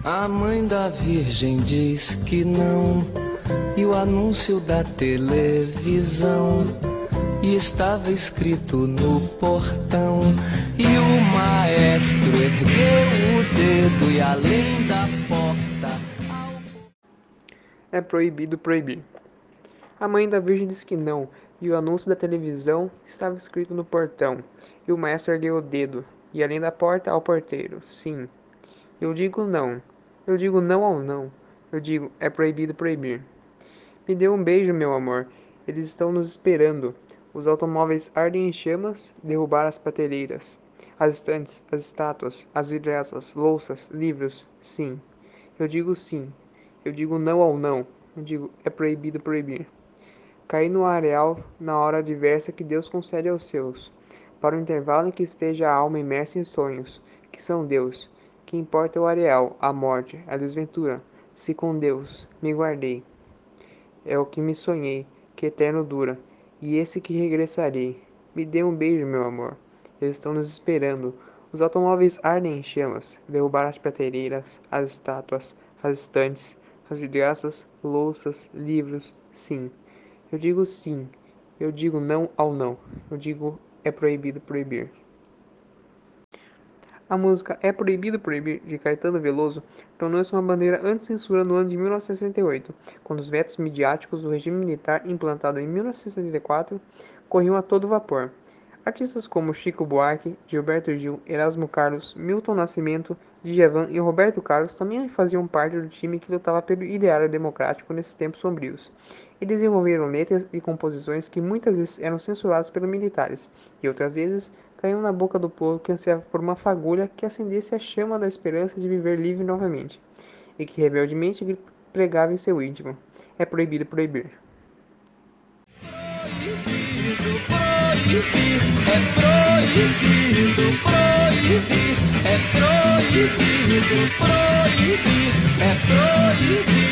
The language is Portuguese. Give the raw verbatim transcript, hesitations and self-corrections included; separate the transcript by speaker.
Speaker 1: A mãe da Virgem diz que não, e o anúncio da televisão, e estava escrito no portão, e o maestro ergueu o dedo, e além da porta...
Speaker 2: É proibido proibir. A mãe da Virgem disse que não, e o anúncio da televisão estava escrito no portão, e o maestro ergueu o dedo, e além da porta ao porteiro. Sim. Eu digo não. Eu digo não ao não. Eu digo, é proibido proibir. Me dê um beijo, meu amor. Eles estão nos esperando. Os automóveis ardem em chamas, derrubaram as prateleiras, as estantes, as estátuas, as vidraças, louças, livros. Sim. Eu digo sim. Eu digo não ao não. Eu digo, é proibido proibir. Caí no areal na hora adversa que Deus concede aos seus, para o intervalo em que esteja a alma imersa em sonhos, que são Deus. Que importa o areal, a morte, a desventura, se com Deus me guardei. É o que me sonhei, que eterno dura, e esse que regressarei. Me dê um beijo, meu amor. Eles estão nos esperando. Os automóveis ardem em chamas, derrubaram as prateleiras, as estátuas, as estantes, as vidraças, louças, livros. Sim. Eu digo sim. Eu digo não ao não. Eu digo é proibido proibir. A música É Proibido Proibir, de Caetano Veloso, tornou-se uma bandeira anti-censura no ano de mil novecentos e sessenta e oito, quando os vetos midiáticos do regime militar implantado em mil novecentos e setenta e quatro corriam a todo vapor. Artistas como Chico Buarque, Gilberto Gil, Erasmo Carlos, Milton Nascimento, Djavan e Roberto Carlos também faziam parte do time que lutava pelo ideário democrático nesses tempos sombrios. Eles desenvolveram letras e composições que muitas vezes eram censuradas pelos militares, e outras vezes caíam na boca do povo que ansiava por uma fagulha que acendesse a chama da esperança de viver livre novamente, e que rebeldemente pregava em seu íntimo: é proibido proibir.
Speaker 1: Proibir, é proibido proibir, é proibido proibir, é proibido.